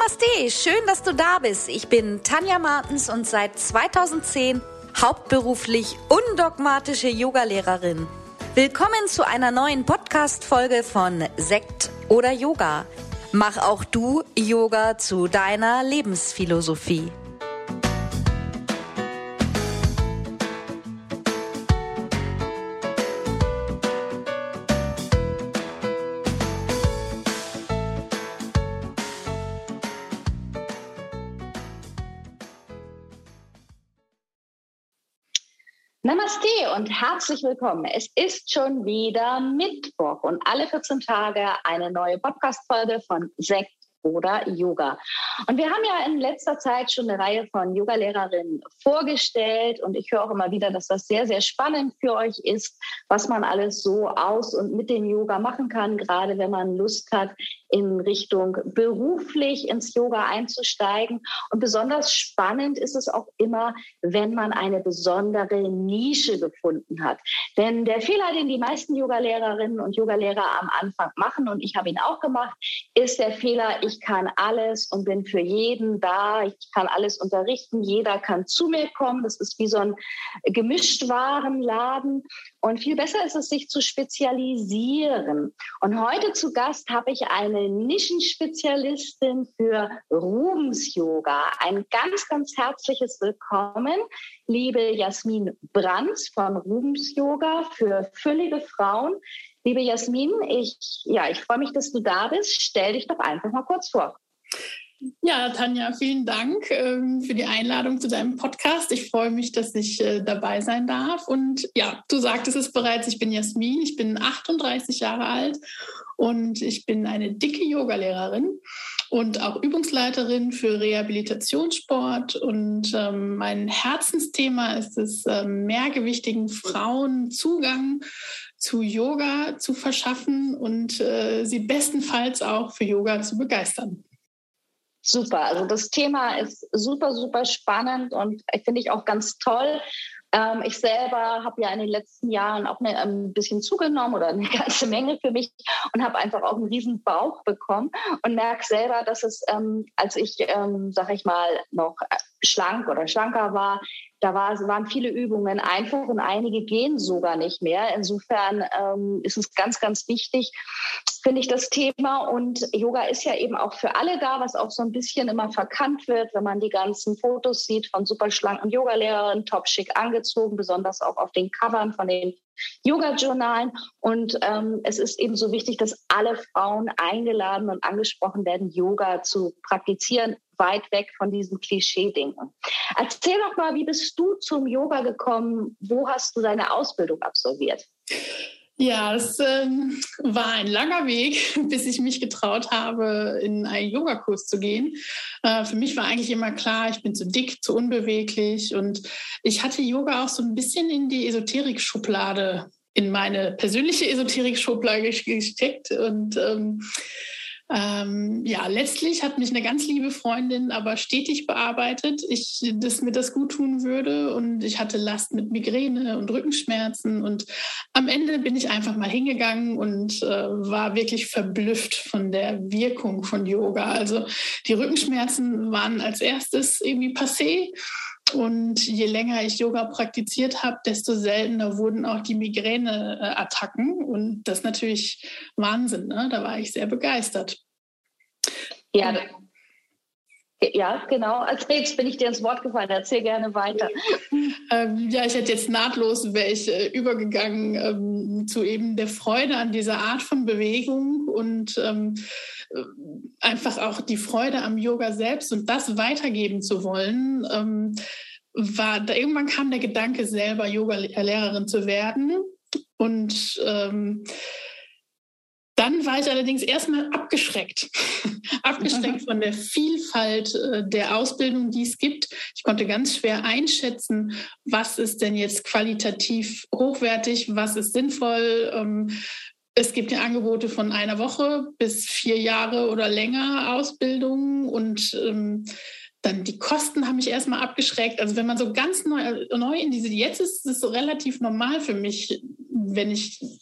Namaste, schön, dass du da bist. Ich bin Tanja Martens und seit 2010 hauptberuflich undogmatische Yogalehrerin. Willkommen zu einer neuen Podcast-Folge von Sekt oder Yoga. Mach auch du Yoga zu deiner Lebensphilosophie. Namaste und herzlich willkommen. Es ist schon wieder Mittwoch und alle 14 Tage eine neue Podcast-Folge von Sekt oder Yoga. Und wir haben ja in letzter Zeit schon eine Reihe von Yogalehrerinnen vorgestellt und ich höre auch immer wieder, dass das sehr, sehr spannend für euch ist, was man alles so aus und mit dem Yoga machen kann, gerade wenn man Lust hat, in Richtung beruflich ins Yoga einzusteigen. Und besonders spannend ist es auch immer, wenn man eine besondere Nische gefunden hat. Denn der Fehler, den die meisten Yogalehrerinnen und Yogalehrer am Anfang machen, und ich habe ihn auch gemacht, ist der Fehler, ich kann alles und bin für jeden da, ich kann alles unterrichten, jeder kann zu mir kommen. Das ist wie so ein Gemischtwarenladen. Und viel besser ist es, sich zu spezialisieren. Und heute zu Gast habe ich eine Nischenspezialistin für Rubens-Yoga. Ein ganz, ganz herzliches Willkommen, liebe Jasmin Brandt von Rubens-Yoga für füllige Frauen. Liebe Jasmin, ich freue mich, dass du da bist. Stell dich doch einfach mal kurz vor. Ja, Tanja, vielen Dank für die Einladung zu deinem Podcast. Ich freue mich, dass ich dabei sein darf. Und ja, du sagtest es bereits, ich bin Jasmin, ich bin 38 Jahre alt und ich bin eine dicke Yogalehrerin und auch Übungsleiterin für Rehabilitationssport. Und mein Herzensthema ist es, mehrgewichtigen Frauen Zugang zu Yoga zu verschaffen und sie bestenfalls auch für Yoga zu begeistern. Super, also das Thema ist super, super spannend und finde ich auch ganz toll. Ich selber habe ja in den letzten Jahren auch ein bisschen zugenommen oder eine ganze Menge für mich und habe einfach auch einen riesen Bauch bekommen und merke selber, dass es, als ich, sag ich mal, noch schlank oder schlanker war, waren viele Übungen einfach und einige gehen sogar nicht mehr. Insofern ist es ganz, ganz wichtig, finde ich, das Thema. Und Yoga ist ja eben auch für alle da, was auch so ein bisschen immer verkannt wird, wenn man die ganzen Fotos sieht von super schlanken Yogalehrerinnen, top schick angezogen, besonders auch auf den Covern von den Yoga-Journalen. Und es ist eben so wichtig, dass alle Frauen eingeladen und angesprochen werden, Yoga zu praktizieren, weit weg von diesem Klischee-Denken. Erzähl doch mal, wie bist du zum Yoga gekommen? Wo hast du deine Ausbildung absolviert? Ja, es war ein langer Weg, bis ich mich getraut habe, in einen Yogakurs zu gehen. Für mich war eigentlich immer klar, ich bin zu dick, zu unbeweglich und ich hatte Yoga auch so ein bisschen in die Esoterik-Schublade, in meine persönliche Esoterik-Schublade gesteckt und letztlich hat mich eine ganz liebe Freundin aber stetig bearbeitet, dass mir das gut tun würde und ich hatte Last mit Migräne und Rückenschmerzen und am Ende bin ich einfach mal hingegangen und war wirklich verblüfft von der Wirkung von Yoga. Also die Rückenschmerzen waren als erstes irgendwie passé. Und je länger ich Yoga praktiziert habe, desto seltener wurden auch die Migräneattacken. Und das ist natürlich Wahnsinn, ne? Da war ich sehr begeistert. Ja, genau. Als jetzt bin ich dir ins Wort gefallen. Erzähl gerne weiter. Ich hätte jetzt nahtlos wäre ich übergegangen zu eben der Freude an dieser Art von Bewegung und einfach auch die Freude am Yoga selbst und das weitergeben zu wollen. Irgendwann kam der Gedanke, selber Yoga-Lehrerin zu werden und dann war ich allerdings erstmal abgeschreckt von der Vielfalt der Ausbildung, die es gibt. Ich konnte ganz schwer einschätzen, was ist denn jetzt qualitativ hochwertig, was ist sinnvoll. Es gibt ja Angebote von 1 Woche bis 4 Jahre oder länger Ausbildung und dann die Kosten haben mich erstmal abgeschreckt. Also wenn man so ganz neu in jetzt ist es so relativ normal für mich, wenn ich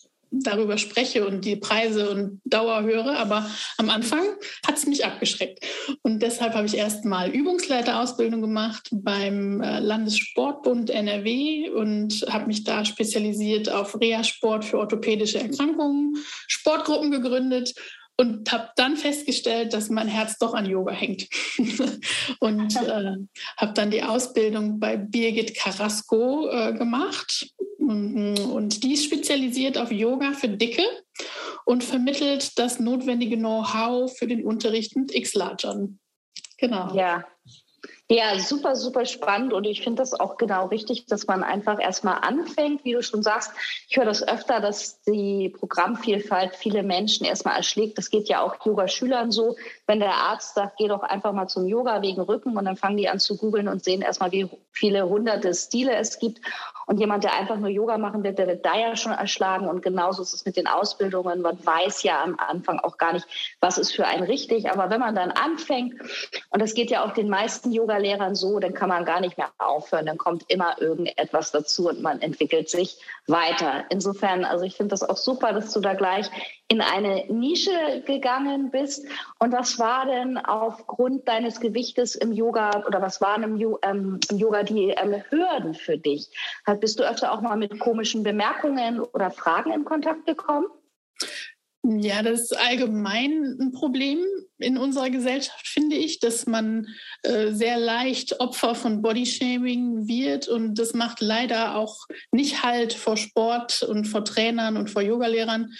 darüber spreche und die Preise und Dauer höre. Aber am Anfang hat es mich abgeschreckt. Und deshalb habe ich erst mal Übungsleiterausbildung gemacht beim Landessportbund NRW und habe mich da spezialisiert auf Reha-Sport für orthopädische Erkrankungen, Sportgruppen gegründet und habe dann festgestellt, dass mein Herz doch an Yoga hängt. Und habe dann die Ausbildung bei Birgit Carrasco gemacht. Und die ist spezialisiert auf Yoga für Dicke und vermittelt das notwendige Know-how für den Unterricht mit X-Largern. Genau. Ja, super, super spannend und ich finde das auch genau richtig, dass man einfach erstmal anfängt, wie du schon sagst. Ich höre das öfter, dass die Programmvielfalt viele Menschen erstmal erschlägt. Das geht ja auch Yoga-Schülern so. Wenn der Arzt sagt, geh doch einfach mal zum Yoga wegen Rücken und dann fangen die an zu googeln und sehen erstmal, wie viele hunderte Stile es gibt. Und jemand, der einfach nur Yoga machen will, der wird da ja schon erschlagen. Und genauso ist es mit den Ausbildungen. Man weiß ja am Anfang auch gar nicht, was ist für einen richtig. Aber wenn man dann anfängt, und das geht ja auch den meisten Yoga-Lehrern so, dann kann man gar nicht mehr aufhören. Dann kommt immer irgendetwas dazu und man entwickelt sich weiter. Insofern, also ich finde das auch super, dass du da gleich in eine Nische gegangen bist. Und was war denn aufgrund deines Gewichtes im Yoga oder was waren im Yoga die Hürden für dich? Bist du öfter auch mal mit komischen Bemerkungen oder Fragen in Kontakt gekommen? Ja, das ist allgemein ein Problem in unserer Gesellschaft, finde ich, dass man sehr leicht Opfer von Bodyshaming wird und das macht leider auch nicht Halt vor Sport und vor Trainern und vor Yogalehrern,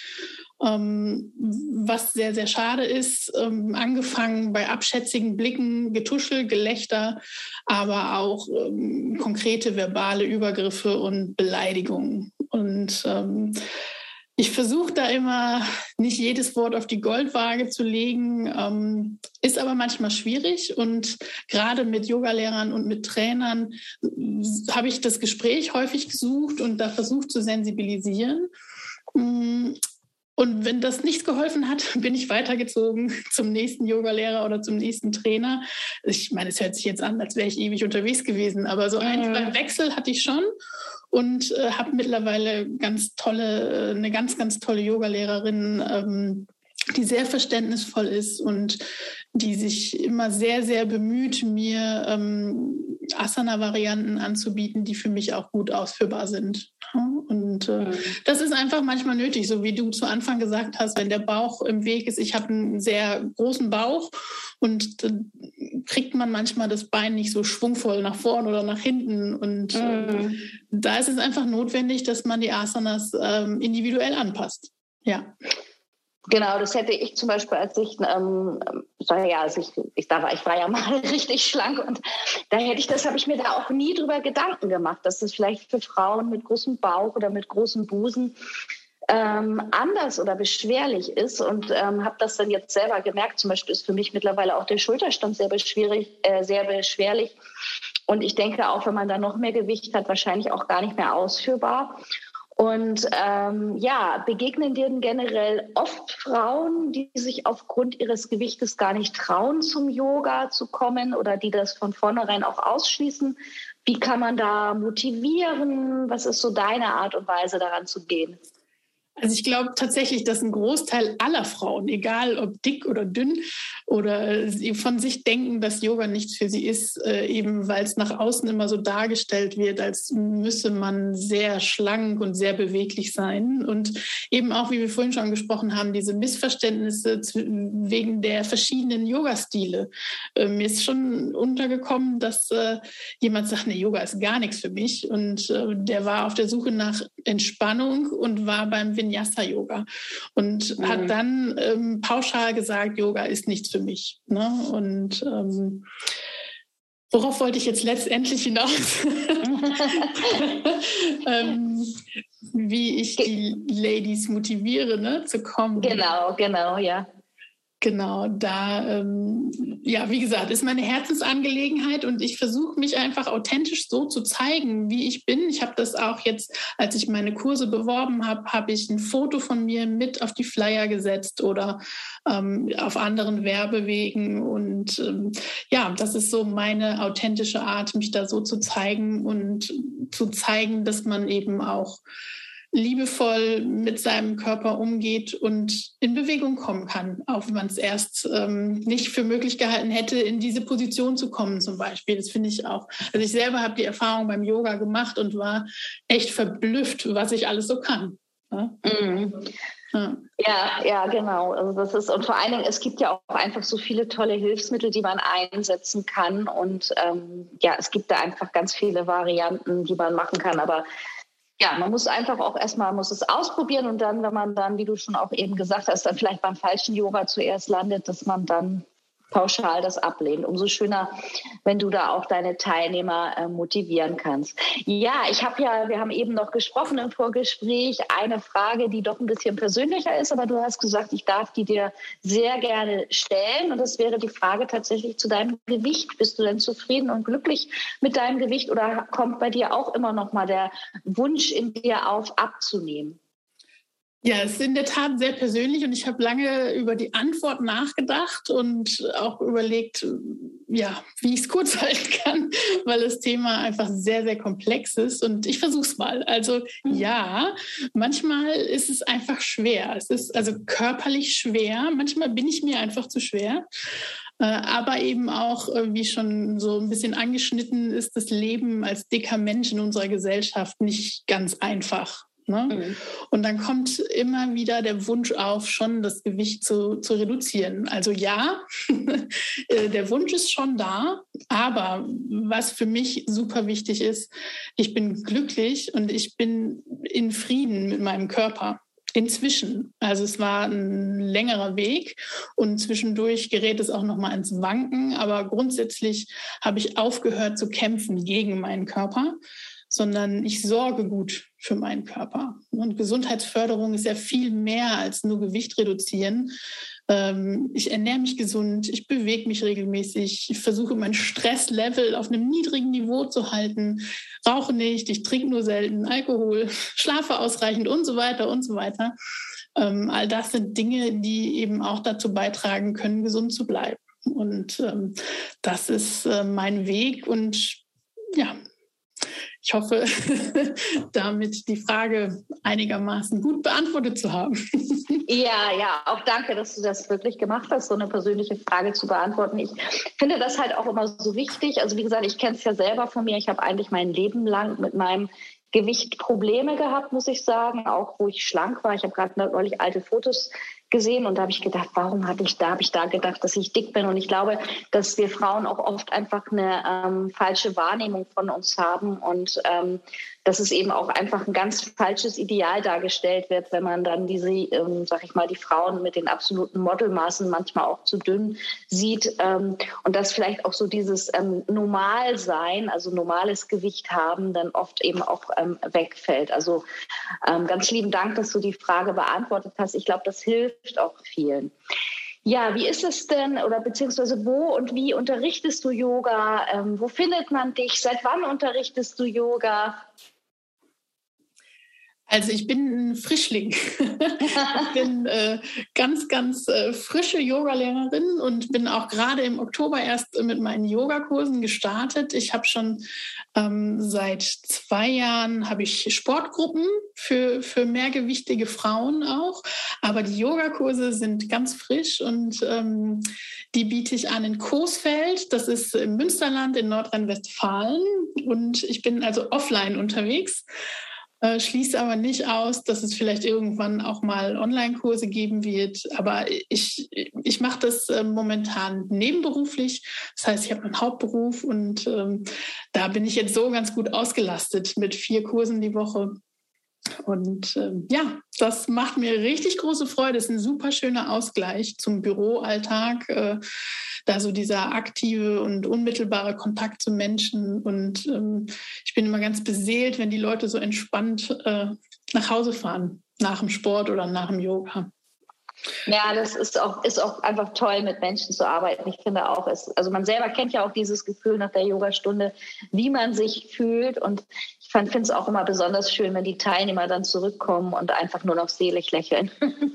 was sehr, sehr schade ist, angefangen bei abschätzigen Blicken, Getuschel, Gelächter, aber auch konkrete verbale Übergriffe und Beleidigungen. Und ich versuche da immer nicht jedes Wort auf die Goldwaage zu legen, ist aber manchmal schwierig. Und gerade mit Yogalehrern und mit Trainern habe ich das Gespräch häufig gesucht und da versucht zu sensibilisieren. Und wenn das nichts geholfen hat, bin ich weitergezogen zum nächsten Yogalehrer oder zum nächsten Trainer. Ich meine, es hört sich jetzt an, als wäre ich ewig unterwegs gewesen, aber so ein, zwei Wechsel hatte ich schon und habe mittlerweile eine ganz, ganz tolle Yogalehrerin, die sehr verständnisvoll ist und die sich immer sehr, sehr bemüht, mir Asana-Varianten anzubieten, die für mich auch gut ausführbar sind. Und das ist einfach manchmal nötig, so wie du zu Anfang gesagt hast, wenn der Bauch im Weg ist. Ich habe einen sehr großen Bauch und dann kriegt man manchmal das Bein nicht so schwungvoll nach vorn oder nach hinten. Und da ist es einfach notwendig, dass man die Asanas individuell anpasst. Ja. Genau, das hätte ich zum Beispiel, als ich war ja mal richtig schlank und habe ich mir da auch nie drüber Gedanken gemacht, dass das vielleicht für Frauen mit großem Bauch oder mit großem Busen anders oder beschwerlich ist und habe das dann jetzt selber gemerkt. Zum Beispiel ist für mich mittlerweile auch der Schulterstand sehr beschwerlich und ich denke auch, wenn man da noch mehr Gewicht hat, wahrscheinlich auch gar nicht mehr ausführbar. Und begegnen dir generell oft Frauen, die sich aufgrund ihres Gewichtes gar nicht trauen, zum Yoga zu kommen oder die das von vornherein auch ausschließen? Wie kann man da motivieren? Was ist so deine Art und Weise, daran zu gehen? Also ich glaube tatsächlich, dass ein Großteil aller Frauen, egal ob dick oder dünn, oder von sich denken, dass Yoga nichts für sie ist, eben weil es nach außen immer so dargestellt wird, als müsse man sehr schlank und sehr beweglich sein. Und eben auch, wie wir vorhin schon gesprochen haben, diese Missverständnisse wegen der verschiedenen Yoga-Stile. Mir ist schon untergekommen, dass jemand sagt, ne, Yoga ist gar nichts für mich. Und der war auf der Suche nach Entspannung und war beim Vinyasa-Yoga und hat dann pauschal gesagt, Yoga ist nichts für mich. Ne? Und worauf wollte ich jetzt letztendlich hinaus? Wie ich die Ladies motiviere, ne, zu kommen. Genau, ja. Genau, da, wie gesagt, ist meine Herzensangelegenheit und ich versuche mich einfach authentisch so zu zeigen, wie ich bin. Ich habe das auch jetzt, als ich meine Kurse beworben habe, habe ich ein Foto von mir mit auf die Flyer gesetzt oder auf anderen Werbewegen und das ist so meine authentische Art, mich da so zu zeigen und zu zeigen, dass man eben auch liebevoll mit seinem Körper umgeht und in Bewegung kommen kann, auch wenn man es erst nicht für möglich gehalten hätte, in diese Position zu kommen zum Beispiel. Das finde ich auch. Also ich selber habe die Erfahrung beim Yoga gemacht und war echt verblüfft, was ich alles so kann. Ja? Ja, genau. Also das ist, und vor allen Dingen, es gibt ja auch einfach so viele tolle Hilfsmittel, die man einsetzen kann. Und es gibt da einfach ganz viele Varianten, die man machen kann. Aber ja, man muss einfach auch erstmal es ausprobieren und dann, wenn man dann, wie du schon auch eben gesagt hast, dann vielleicht beim falschen Yoga zuerst landet, dass man dann pauschal das ablehnt. Umso schöner, wenn du da auch deine Teilnehmer motivieren kannst. Ja, wir haben eben noch gesprochen im Vorgespräch, eine Frage, die doch ein bisschen persönlicher ist, aber du hast gesagt, ich darf die dir sehr gerne stellen und das wäre die Frage tatsächlich zu deinem Gewicht. Bist du denn zufrieden und glücklich mit deinem Gewicht oder kommt bei dir auch immer noch mal der Wunsch in dir auf, abzunehmen? Ja, es ist in der Tat sehr persönlich und ich habe lange über die Antwort nachgedacht und auch überlegt, ja, wie ich es kurz halten kann, weil das Thema einfach sehr, sehr komplex ist und ich versuche es mal. Also ja, manchmal ist es einfach schwer. Es ist also körperlich schwer. Manchmal bin ich mir einfach zu schwer. Aber eben auch, wie schon so ein bisschen angeschnitten, ist das Leben als dicker Mensch in unserer Gesellschaft nicht ganz einfach. Ne? Mhm. Und dann kommt immer wieder der Wunsch auf, schon das Gewicht zu reduzieren. Also ja, der Wunsch ist schon da, aber was für mich super wichtig ist, ich bin glücklich und ich bin in Frieden mit meinem Körper. Inzwischen. Also es war ein längerer Weg und zwischendurch gerät es auch noch mal ins Wanken, aber grundsätzlich habe ich aufgehört zu kämpfen gegen meinen Körper, sondern ich sorge gut für meinen Körper. Und Gesundheitsförderung ist ja viel mehr als nur Gewicht reduzieren. Ich ernähre mich gesund, ich bewege mich regelmäßig, ich versuche mein Stresslevel auf einem niedrigen Niveau zu halten, rauche nicht, ich trinke nur selten Alkohol, schlafe ausreichend und so weiter und so weiter. All das sind Dinge, die eben auch dazu beitragen können, gesund zu bleiben. Und das ist mein Weg und ja, ich hoffe, damit die Frage einigermaßen gut beantwortet zu haben. Ja, auch danke, dass du das wirklich gemacht hast, so eine persönliche Frage zu beantworten. Ich finde das halt auch immer so wichtig. Also wie gesagt, ich kenne es ja selber von mir. Ich habe eigentlich mein Leben lang mit meinem Gewicht Probleme gehabt, muss ich sagen, auch wo ich schlank war. Ich habe gerade neulich alte Fotos gesehen und da habe ich gedacht, warum habe ich da gedacht, dass ich dick bin? Und ich glaube, dass wir Frauen auch oft einfach eine falsche Wahrnehmung von uns haben und dass es eben auch einfach ein ganz falsches Ideal dargestellt wird, wenn man dann diese, die Frauen mit den absoluten Modelmaßen manchmal auch zu dünn sieht und dass vielleicht auch so dieses Normalsein, also normales Gewicht haben, dann oft eben auch wegfällt. Also ganz lieben Dank, dass du die Frage beantwortet hast. Ich glaube, das hilft auch vielen. Ja, wie ist es denn oder beziehungsweise wo und wie unterrichtest du Yoga? Wo findet man dich? Seit wann unterrichtest du Yoga? Also ich bin ein Frischling. Ich bin ganz, ganz frische Yogalehrerin und bin auch gerade im Oktober erst mit meinen Yogakursen gestartet. Ich habe schon seit 2 Jahren habe ich Sportgruppen für mehrgewichtige Frauen auch. Aber die Yogakurse sind ganz frisch und die biete ich an in Coesfeld. Das ist im Münsterland in Nordrhein-Westfalen. Und ich bin also offline unterwegs. Schließe aber nicht aus, dass es vielleicht irgendwann auch mal Online-Kurse geben wird. Aber ich mache das momentan nebenberuflich. Das heißt, ich habe einen Hauptberuf und da bin ich jetzt so ganz gut ausgelastet mit 4 Kursen die Woche. Und das macht mir richtig große Freude. Es ist ein super schöner Ausgleich zum Büroalltag. Da so dieser aktive und unmittelbare Kontakt zu Menschen. Und ich bin immer ganz beseelt, wenn die Leute so entspannt nach Hause fahren, nach dem Sport oder nach dem Yoga. Ja, das ist auch einfach toll, mit Menschen zu arbeiten. Ich finde auch, also man selber kennt ja auch dieses Gefühl nach der Yogastunde, wie man sich fühlt. Und ich finde es auch immer besonders schön, wenn die Teilnehmer dann zurückkommen und einfach nur noch selig lächeln.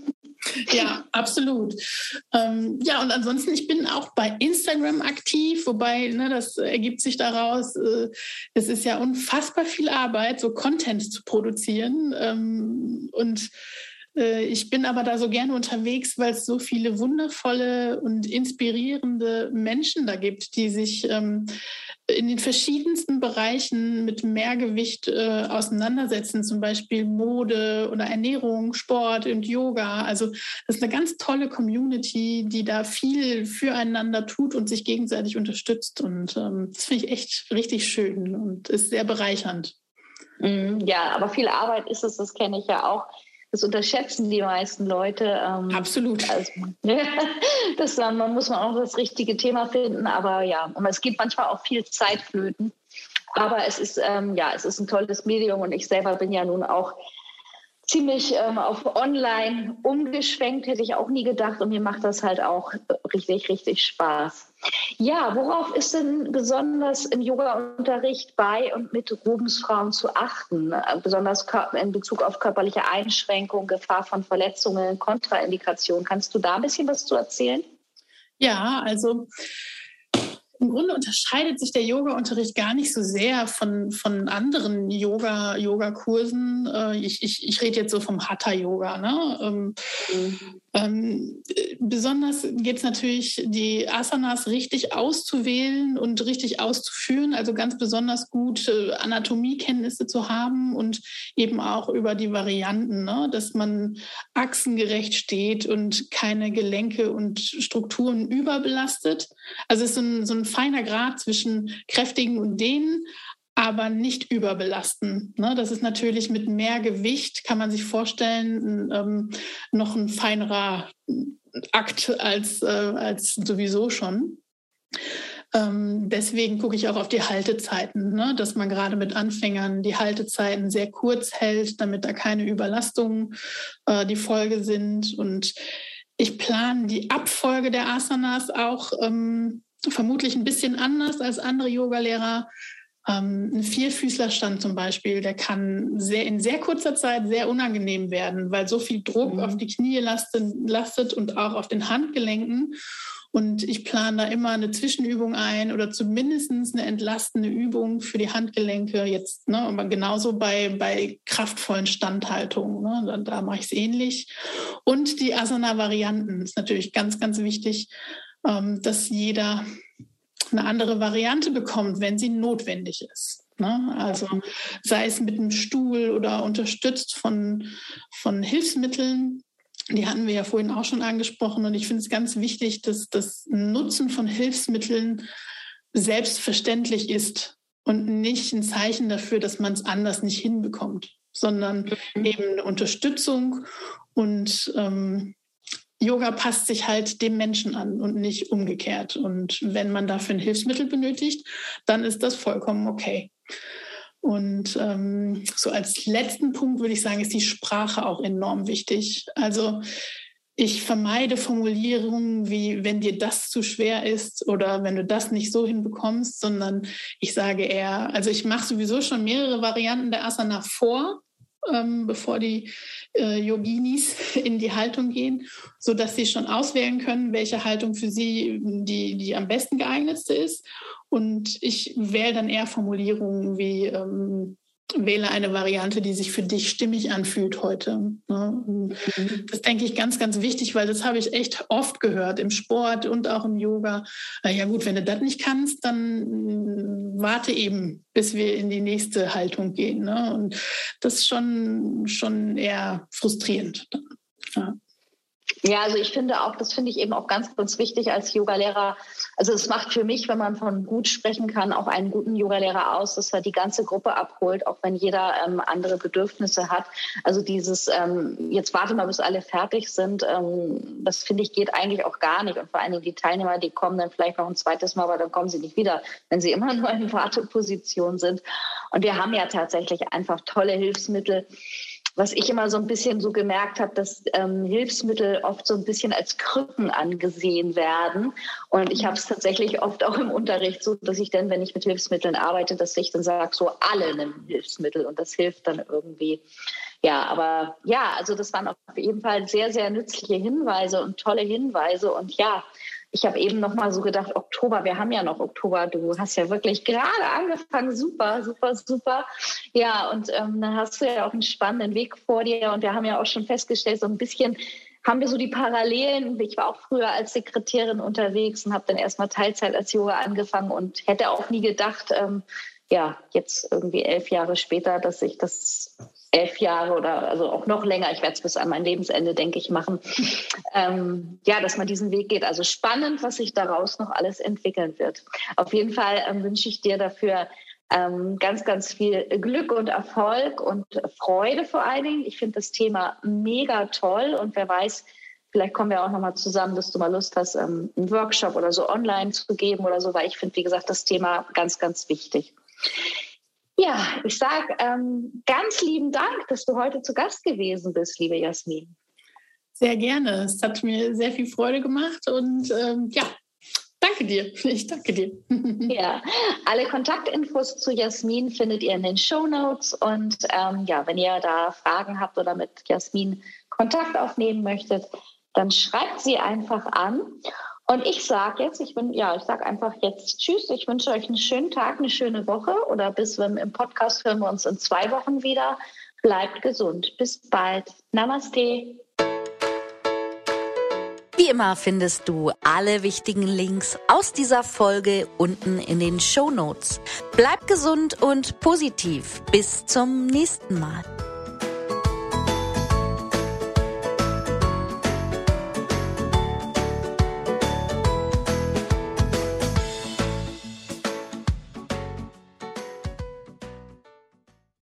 Ja, absolut. Ja, und ansonsten, ich bin auch bei Instagram aktiv, wobei, das ergibt sich daraus, es ist ja unfassbar viel Arbeit, so Content zu produzieren. Und ich bin aber da so gerne unterwegs, weil es so viele wundervolle und inspirierende Menschen da gibt, die sich in den verschiedensten Bereichen mit Mehrgewicht auseinandersetzen, zum Beispiel Mode oder Ernährung, Sport und Yoga. Also das ist eine ganz tolle Community, die da viel füreinander tut und sich gegenseitig unterstützt. Und das finde ich echt richtig schön und ist sehr bereichernd. Ja, aber viel Arbeit ist es, das kenne ich ja auch. Das unterschätzen die meisten Leute. Absolut. Also, man muss auch das richtige Thema finden, aber ja, und es geht manchmal auch viel Zeit flöten. Aber es ist ein tolles Medium und ich selber bin ja nun auch ziemlich auf Online umgeschwenkt, hätte ich auch nie gedacht und mir macht das halt auch richtig, richtig Spaß. Ja, worauf ist denn besonders im Yoga-Unterricht bei und mit Rubensfrauen zu achten? Besonders in Bezug auf körperliche Einschränkungen, Gefahr von Verletzungen, Kontraindikation. Kannst du da ein bisschen was zu erzählen? Ja, also im Grunde unterscheidet sich der Yoga-Unterricht gar nicht so sehr von anderen Yoga-Kursen. Ich rede jetzt so vom Hatha-Yoga. Ne? Besonders geht es natürlich, die Asanas richtig auszuwählen und richtig auszuführen, also ganz besonders gut Anatomiekenntnisse zu haben und eben auch über die Varianten, ne? Dass man achsengerecht steht und keine Gelenke und Strukturen überbelastet. Also es ist so ein feiner Grad zwischen kräftigen und dehnen, aber nicht überbelasten. Ne? Das ist natürlich mit mehr Gewicht, kann man sich vorstellen, noch ein feinerer Akt als sowieso schon. Deswegen gucke ich auch auf die Haltezeiten, ne? Dass man gerade mit Anfängern die Haltezeiten sehr kurz hält, damit da keine Überlastungen die Folge sind. Und ich plane die Abfolge der Asanas auch vermutlich ein bisschen anders als andere Yogalehrer. Ein Vierfüßlerstand zum Beispiel, der kann in sehr kurzer Zeit sehr unangenehm werden, weil so viel Druck auf die Knie lastet und auch auf den Handgelenken. Und ich plane da immer eine Zwischenübung ein oder zumindest eine entlastende Übung für die Handgelenke jetzt, ne? Aber genauso bei kraftvollen Standhaltungen, ne? Da mache ich es ähnlich. Und die Asana-Varianten ist natürlich ganz, ganz wichtig, dass jeder eine andere Variante bekommt, wenn sie notwendig ist. Ne? Also sei es mit einem Stuhl oder unterstützt von Hilfsmitteln. Die hatten wir ja vorhin auch schon angesprochen. Und ich finde es ganz wichtig, dass das Nutzen von Hilfsmitteln selbstverständlich ist und nicht ein Zeichen dafür, dass man es anders nicht hinbekommt, sondern eben eine Unterstützung und Yoga passt sich halt dem Menschen an und nicht umgekehrt. Und wenn man dafür ein Hilfsmittel benötigt, dann ist das vollkommen okay. Und so als letzten Punkt würde ich sagen, ist die Sprache auch enorm wichtig. Also ich vermeide Formulierungen wie, wenn dir das zu schwer ist oder wenn du das nicht so hinbekommst, sondern ich sage eher, also ich mache sowieso schon mehrere Varianten der Asana vor, bevor die Yoginis in die Haltung gehen, sodass sie schon auswählen können, welche Haltung für sie die am besten geeignetste ist. Und ich wähle dann eher Formulierungen wie wähle eine Variante, die sich für dich stimmig anfühlt heute. Ne? Das denke ich ganz, ganz wichtig, weil das habe ich echt oft gehört im Sport und auch im Yoga. Ja gut, wenn du das nicht kannst, dann warte eben, bis wir in die nächste Haltung gehen. Ne? Und das ist schon eher frustrierend. Ja. Ja, also das finde ich eben auch ganz, ganz wichtig als Yogalehrer. Also es macht für mich, wenn man von gut sprechen kann, auch einen guten Yogalehrer aus, dass er die ganze Gruppe abholt, auch wenn jeder andere Bedürfnisse hat. Also dieses, jetzt warte mal, bis alle fertig sind, das finde ich geht eigentlich auch gar nicht. Und vor allen Dingen die Teilnehmer, die kommen dann vielleicht noch ein zweites Mal, aber dann kommen sie nicht wieder, wenn sie immer nur in Warteposition sind. Und wir haben ja tatsächlich einfach tolle Hilfsmittel. Was ich immer so ein bisschen so gemerkt habe, dass Hilfsmittel oft so ein bisschen als Krücken angesehen werden. Und ich habe es tatsächlich oft auch im Unterricht so, dass ich dann, wenn ich mit Hilfsmitteln arbeite, dass ich dann sage, so alle nehmen Hilfsmittel und das hilft dann irgendwie. Ja, aber ja, also das waren auf jeden Fall sehr, sehr nützliche Hinweise und tolle Hinweise. Und ja, ich habe eben noch mal so gedacht, Oktober, wir haben ja noch Oktober, du hast ja wirklich gerade angefangen, super, super, super. Ja, und dann hast du ja auch einen spannenden Weg vor dir und wir haben ja auch schon festgestellt, so ein bisschen haben wir so die Parallelen. Ich war auch früher als Sekretärin unterwegs und habe dann erstmal Teilzeit als Yoga angefangen und hätte auch nie gedacht, jetzt irgendwie 11 Jahre später, dass ich das 11 Jahre oder also auch noch länger, ich werde es bis an mein Lebensende, denke ich, machen, dass man diesen Weg geht. Also spannend, was sich daraus noch alles entwickeln wird. Auf jeden Fall wünsche ich dir dafür ganz, ganz viel Glück und Erfolg und Freude vor allen Dingen. Ich finde das Thema mega toll und wer weiß, vielleicht kommen wir auch nochmal zusammen, dass du mal Lust hast, einen Workshop oder so online zu geben oder so, weil ich finde, wie gesagt, das Thema ganz, ganz wichtig. Ja, ich sage ganz lieben Dank, dass du heute zu Gast gewesen bist, liebe Jasmin. Sehr gerne. Es hat mir sehr viel Freude gemacht und danke dir. Ich danke dir. Ja, alle Kontaktinfos zu Jasmin findet ihr in den Shownotes und wenn ihr da Fragen habt oder mit Jasmin Kontakt aufnehmen möchtet, dann schreibt sie einfach an. Und ich sage jetzt, ich sage einfach jetzt Tschüss. Ich wünsche euch einen schönen Tag, eine schöne Woche oder im Podcast hören wir uns in 2 Wochen wieder. Bleibt gesund. Bis bald. Namaste. Wie immer findest du alle wichtigen Links aus dieser Folge unten in den Shownotes. Bleib gesund und positiv. Bis zum nächsten Mal.